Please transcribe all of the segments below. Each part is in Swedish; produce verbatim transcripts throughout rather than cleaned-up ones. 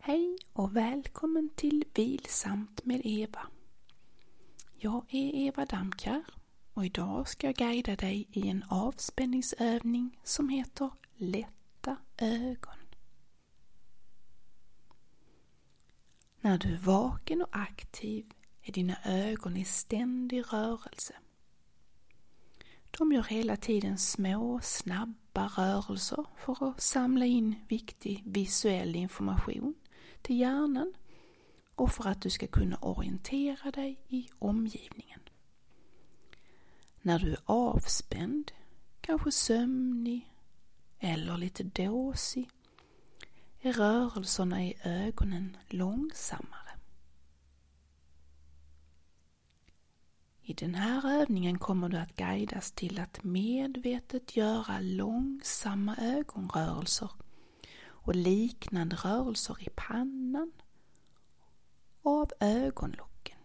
Hej och välkommen till Vilsamt med Eva. Jag är Eva Damkar och idag ska jag guida dig i en avspänningsövning som heter Lätta ögon. När du är vaken och aktiv är dina ögon i ständig rörelse. De gör hela tiden små, snabba rörelser för att samla in viktig visuell information till hjärnan och för att du ska kunna orientera dig i omgivningen. När du är avspänd, kanske sömnig eller lite dåsig, är rörelserna i ögonen långsammare. I den här övningen kommer du att guidas till att medvetet göra långsamma ögonrörelser och liknande rörelser i pannan och av ögonlocken.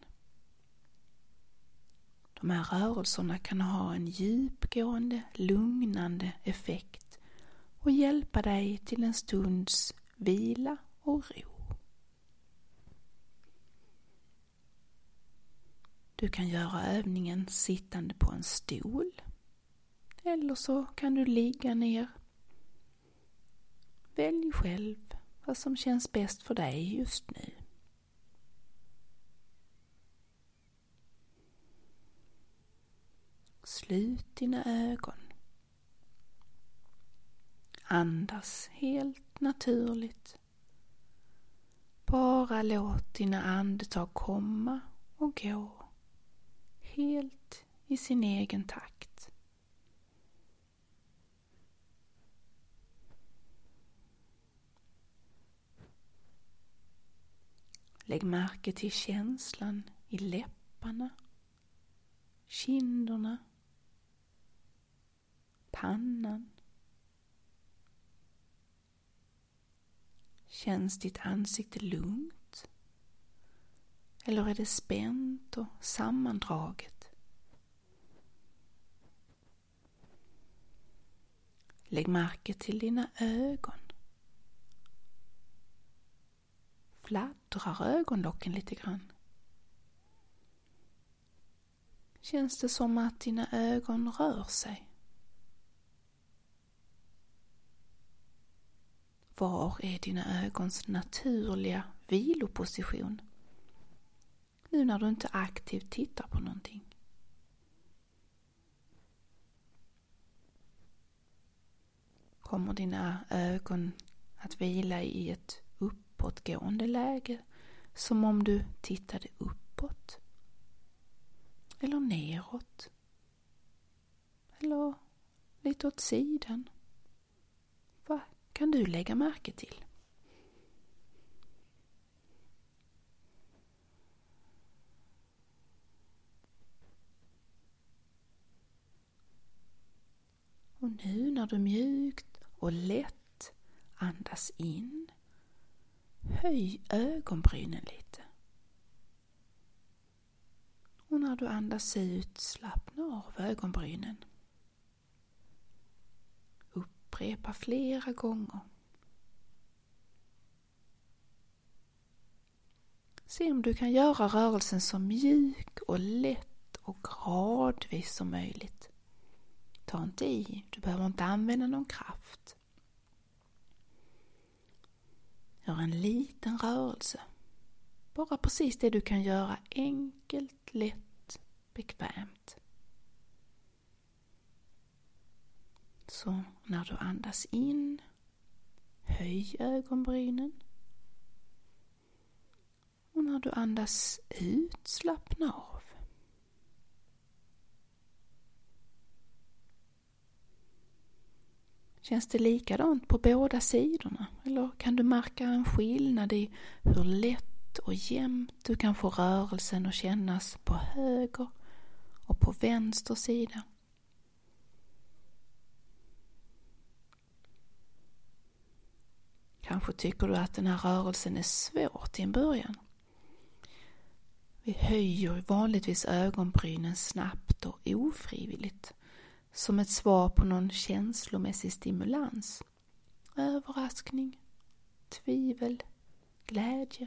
De här rörelserna kan ha en djupgående, lugnande effekt och hjälpa dig till en stunds vila och ro. Du kan göra övningen sittande på en stol eller så kan du ligga ner. Välj själv vad som känns bäst för dig just nu. Slut dina ögon. Andas helt naturligt. Bara låt dina andetag komma och gå. Helt i sin egen takt. Lägg märke till känslan i läpparna, kinderna, pannan. Känns ditt ansikte lugnt? Eller är det spänt och sammandraget? Lägg märke till dina ögon. Fladdrar ögonlocken lite grann? Känns det som att dina ögon rör sig? Var är dina ögons naturliga viloposition? Nu när du inte aktivt tittar på någonting. Kommer dina ögon att vila i ett uppåtgående läge, som om du tittade uppåt? Eller neråt? Eller lite åt sidan? Vad kan du lägga märke till? Och nu när du mjukt och lätt andas in, höj ögonbrynen lite. Och när du andas ut, slappna av ögonbrynen. Upprepa flera gånger. Se om du kan göra rörelsen så mjuk och lätt och gradvis som möjligt. Ta inte i, du behöver inte använda någon kraft. Gör en liten rörelse. Bara precis det du kan göra enkelt, lätt, bekvämt. Så när du andas in, höj ögonbrynen. Och när du andas ut, slappna av. Känns det likadant på båda sidorna? Eller kan du märka en skillnad i hur lätt och jämnt du kan få rörelsen att kännas på höger och på vänster sida? Kanske tycker du att den här rörelsen är svår till en början. Vi höjer vanligtvis ögonbrynen snabbt och ofrivilligt. Som ett svar på någon känslomässig stimulans. Överraskning, tvivel, glädje.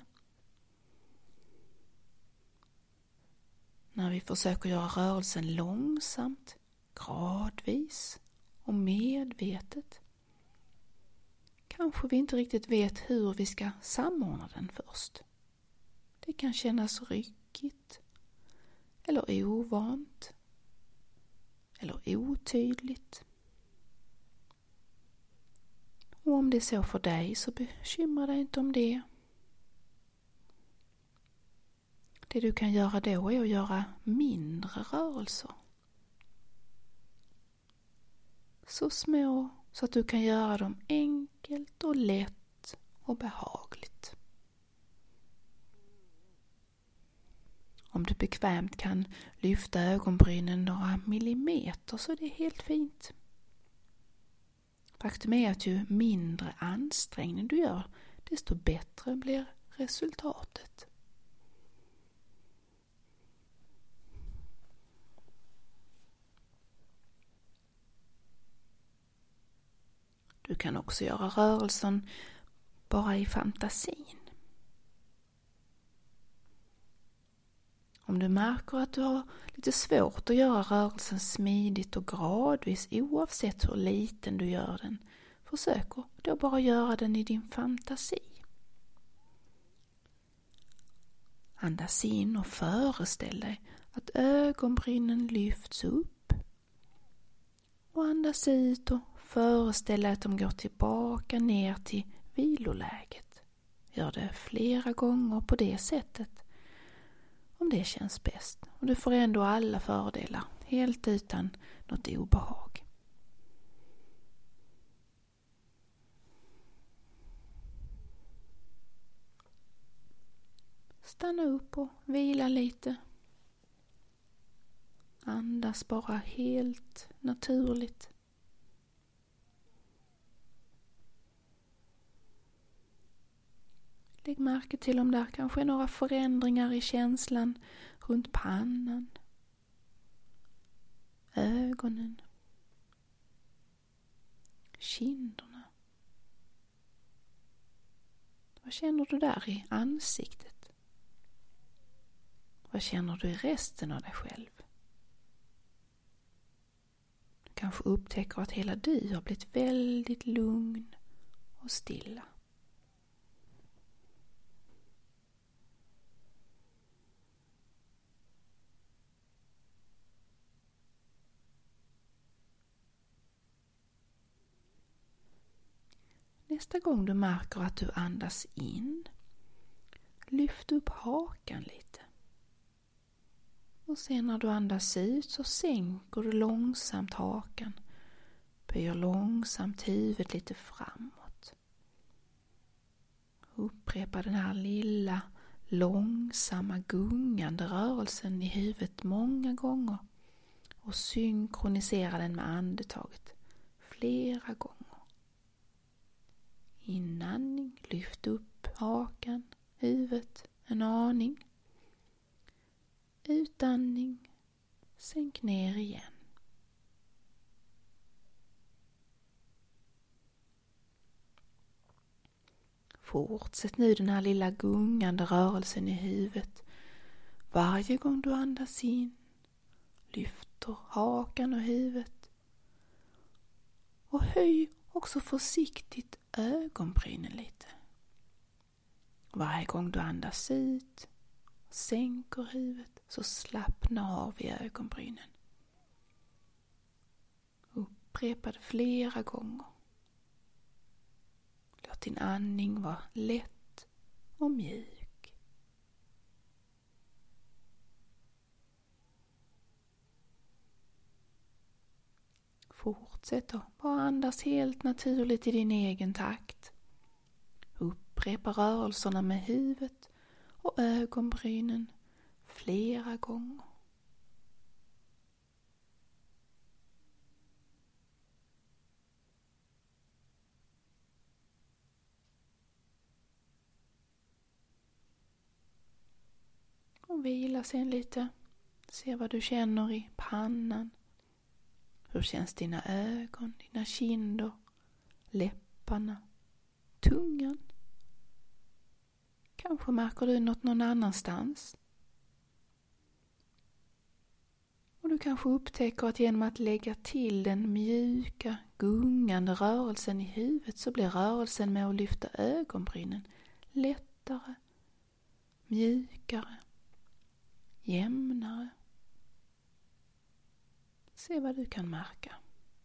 När vi försöker göra rörelsen långsamt, gradvis och medvetet, kanske vi inte riktigt vet hur vi ska samordna den först. Det kan kännas ryckigt eller ovant eller otydligt. Och om det är så för dig så bekymra dig inte om det. Det du kan göra då är att göra mindre rörelser. Så små så att du kan göra dem enkelt och lätt och behagligt. Om du bekvämt kan lyfta ögonbrynen några millimeter så är det helt fint. Faktum är att ju mindre ansträngning du gör, desto bättre blir resultatet. Du kan också göra rörelsen bara i fantasin. Om du märker att du har lite svårt att göra rörelsen smidigt och gradvis oavsett hur liten du gör den, försök då bara göra den i din fantasi. Andas in och föreställ dig att ögonbrynen lyfts upp. Och andas ut och föreställ dig att de går tillbaka ner till viloläget. Gör det flera gånger på det sättet. Om det känns bäst. Och du får ändå alla fördelar. Helt utan något obehag. Stanna upp och vila lite. Andas bara helt naturligt. Lägg märke till om där kanske är några förändringar i känslan runt pannan, ögonen, kinderna. Vad känner du där i ansiktet? Vad känner du i resten av dig själv? Du kanske upptäcker att hela du har blivit väldigt lugn och stilla. Nästa gång du märker att du andas in, lyft upp hakan lite. Och sen när du andas ut så sänker du långsamt hakan. Böjer långsamt huvudet lite framåt. Upprepa den här lilla, långsamma, gungande rörelsen i huvudet många gånger. Och synkronisera den med andetaget flera gånger. Inandning, lyft upp hakan, huvudet en aning. Utandning, sänk ner igen. Fortsätt nu den här lilla gungande rörelsen i huvudet. Varje gång du andas in, lyfter hakan och huvudet. Och höj också försiktigt ögonbrynen lite. Varje gång du andas ut och sänker huvudet så slappna av i ögonbrynen. Upprepa det flera gånger. Låt din andning vara lätt och mjuk. Fortsätt då. Bara andas helt naturligt i din egen takt. Upprepa rörelserna med huvudet och ögonbrynen flera gånger. Och vila sen lite. Se vad du känner i pannan. Hur känns dina ögon, dina kinder, läpparna, tungan? Kanske märker du något någon annanstans. Och du kanske upptäcker att genom att lägga till den mjuka, gungande rörelsen i huvudet så blir rörelsen med att lyfta ögonbrynen lättare, mjukare, jämnare. Se vad du kan märka.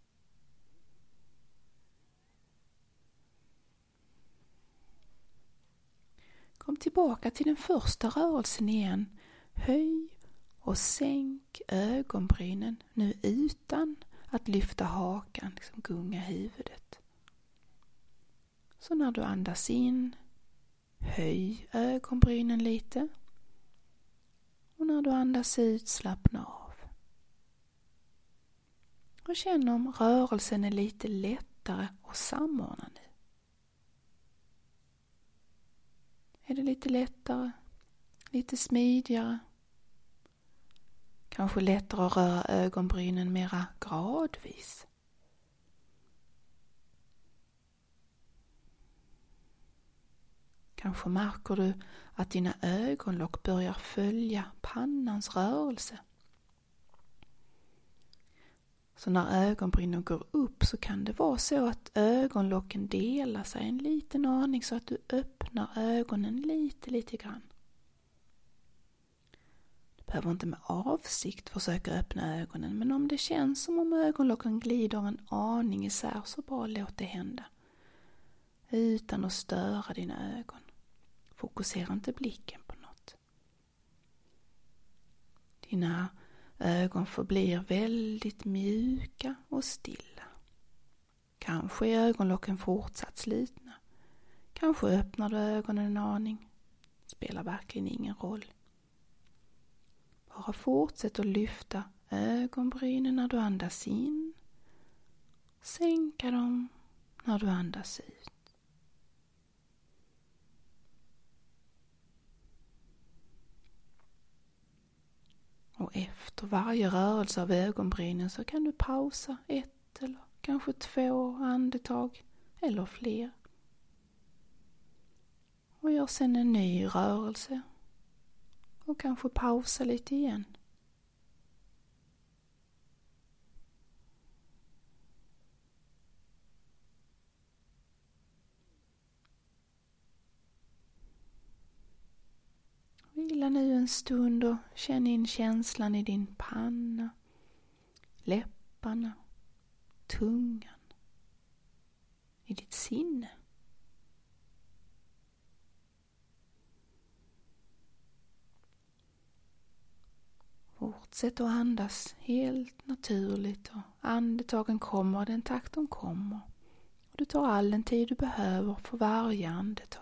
Kom tillbaka till den första rörelsen igen. Höj och sänk ögonbrynen nu utan att lyfta hakan, liksom gunga huvudet. Så när du andas in, höj ögonbrynen lite. Och när du andas ut, slappna av. Och känn om rörelsen är lite lättare att samordna nu. Är det lite lättare? Lite smidigare? Kanske lättare att röra ögonbrynen mera gradvis? Kanske märker du att dina ögonlock börjar följa pannans rörelse. Så när ögonbrynen går upp så kan det vara så att ögonlocken delar sig en liten aning så att du öppnar ögonen lite, lite grann. Du behöver inte med avsikt försöka öppna ögonen, men om det känns som om ögonlocken glider en aning isär så bara låt det hända. Utan att störa dina ögon. Fokusera inte blicken på något. Dina ögon förblir väldigt mjuka och stilla. Kanske är ögonlocken fortsatt slutna. Kanske öppnar du ögonen en aning. Spelar verkligen ingen roll. Bara fortsätt att lyfta ögonbrynen när du andas in. Sänka dem när du andas ut. Och efter varje rörelse av ögonbrynen så kan du pausa ett eller kanske två andetag eller fler. Och gör sedan en ny rörelse och kanske pausa lite igen. Vila nu en stund och känn in känslan i din panna, läpparna, tungan, i ditt sinne. Fortsätt att andas helt naturligt och andetagen kommer i den takt de kommer. Och du tar all den tid du behöver för varje andetag.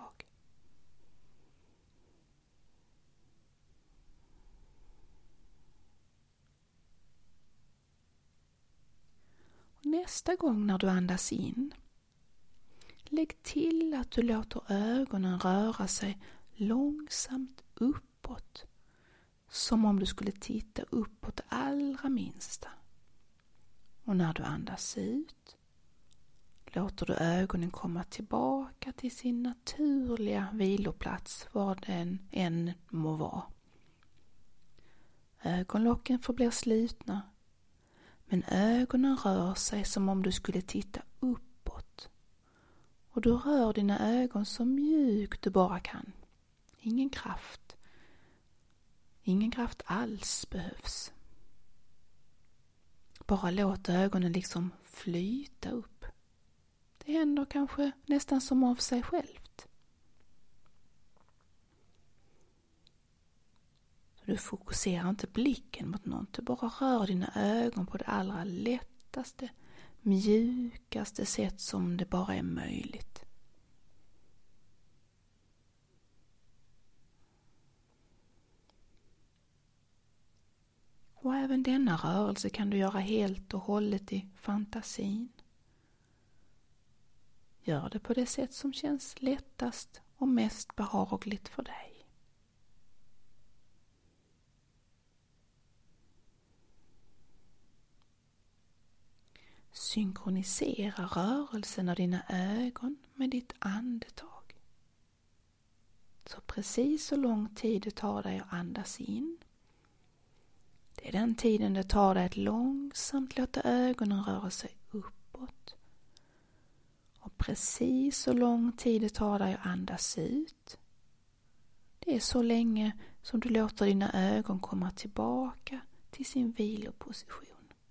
Nästa gång när du andas in, lägg till att du låter ögonen röra sig långsamt uppåt. Som om du skulle titta uppåt det allra minsta. Och när du andas ut, låter du ögonen komma tillbaka till sin naturliga viloplats, var den än må vara. Ögonlocken förblir slutna. Men ögonen rör sig som om du skulle titta uppåt. Och du rör dina ögon så mjukt du bara kan. Ingen kraft. Ingen kraft alls behövs. Bara låt ögonen liksom flyta upp. Det händer kanske nästan som av sig självt. Du fokuserar inte blicken mot något, du bara rör dina ögon på det allra lättaste, mjukaste sätt som det bara är möjligt. Och även denna rörelse kan du göra helt och hållet i fantasin. Gör det på det sätt som känns lättast och mest behagligt för dig. Synkronisera rörelsen av dina ögon med ditt andetag. Så precis så lång tid det tar dig att andas in. Det är den tiden det tar dig att långsamt låta ögonen röra sig uppåt. Och precis så lång tid det tar dig att andas ut. Det är så länge som du låter dina ögon komma tillbaka till sin viloposition.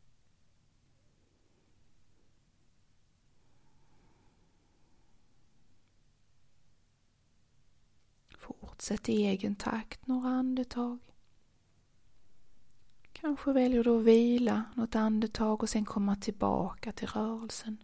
Fortsätt i egen takt några andetag. Kanske väljer du att vila något andetag och sen komma tillbaka till rörelsen.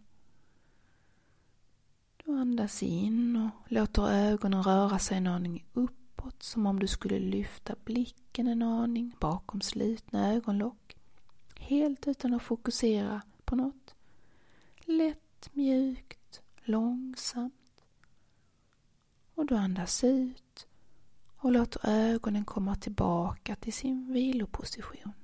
Du andas in och låter ögonen röra sig en aning uppåt, som om du skulle lyfta blicken en aning bakom slutna ögonlock. Helt utan att fokusera på något. Lätt, mjukt, långsamt. Och du andas ut och låter ögonen komma tillbaka till sin viloposition.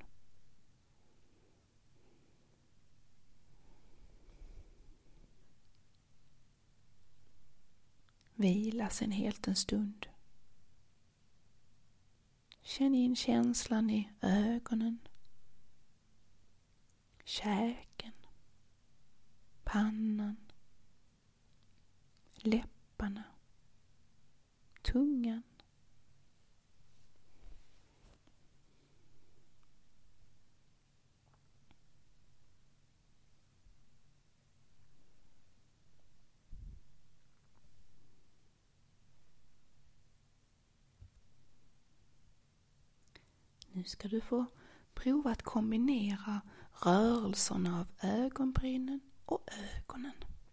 Vila sen helt en stund. Känn in känslan i ögonen, käken, pannan, läpparna, tungan. Nu ska du få prova att kombinera rörelserna av ögonbrynen och ögonen.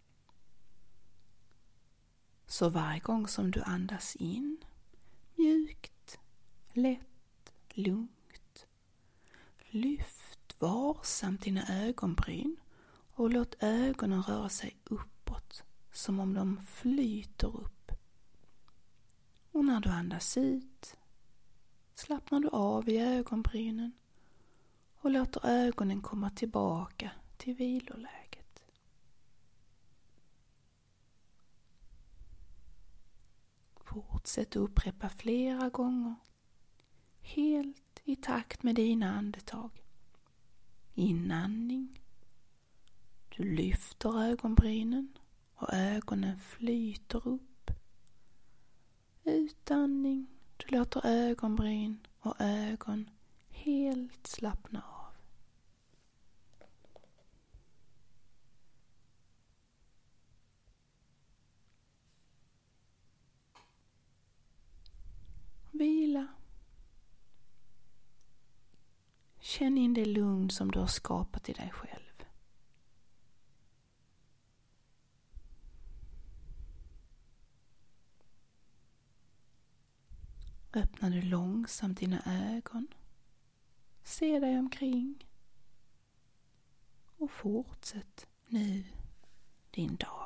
Så varje gång som du andas in, mjukt, lätt, lugnt, lyft varsamt dina ögonbryn och låt ögonen röra sig uppåt som om de flyter upp. Och när du andas ut slappnar du av i ögonbrynen och låter ögonen komma tillbaka till viloläget. Fortsätt upprepa flera gånger, helt i takt med dina andetag. Inandning. Du lyfter ögonbrynen och ögonen flyter upp. Utandning. Du låter ögonbryn och ögon helt slappna av. Vila. Känn in det lugn som du har skapat i dig själv. Öppnar du långsamt dina ögon. Se dig omkring. Och fortsätt nu din dag.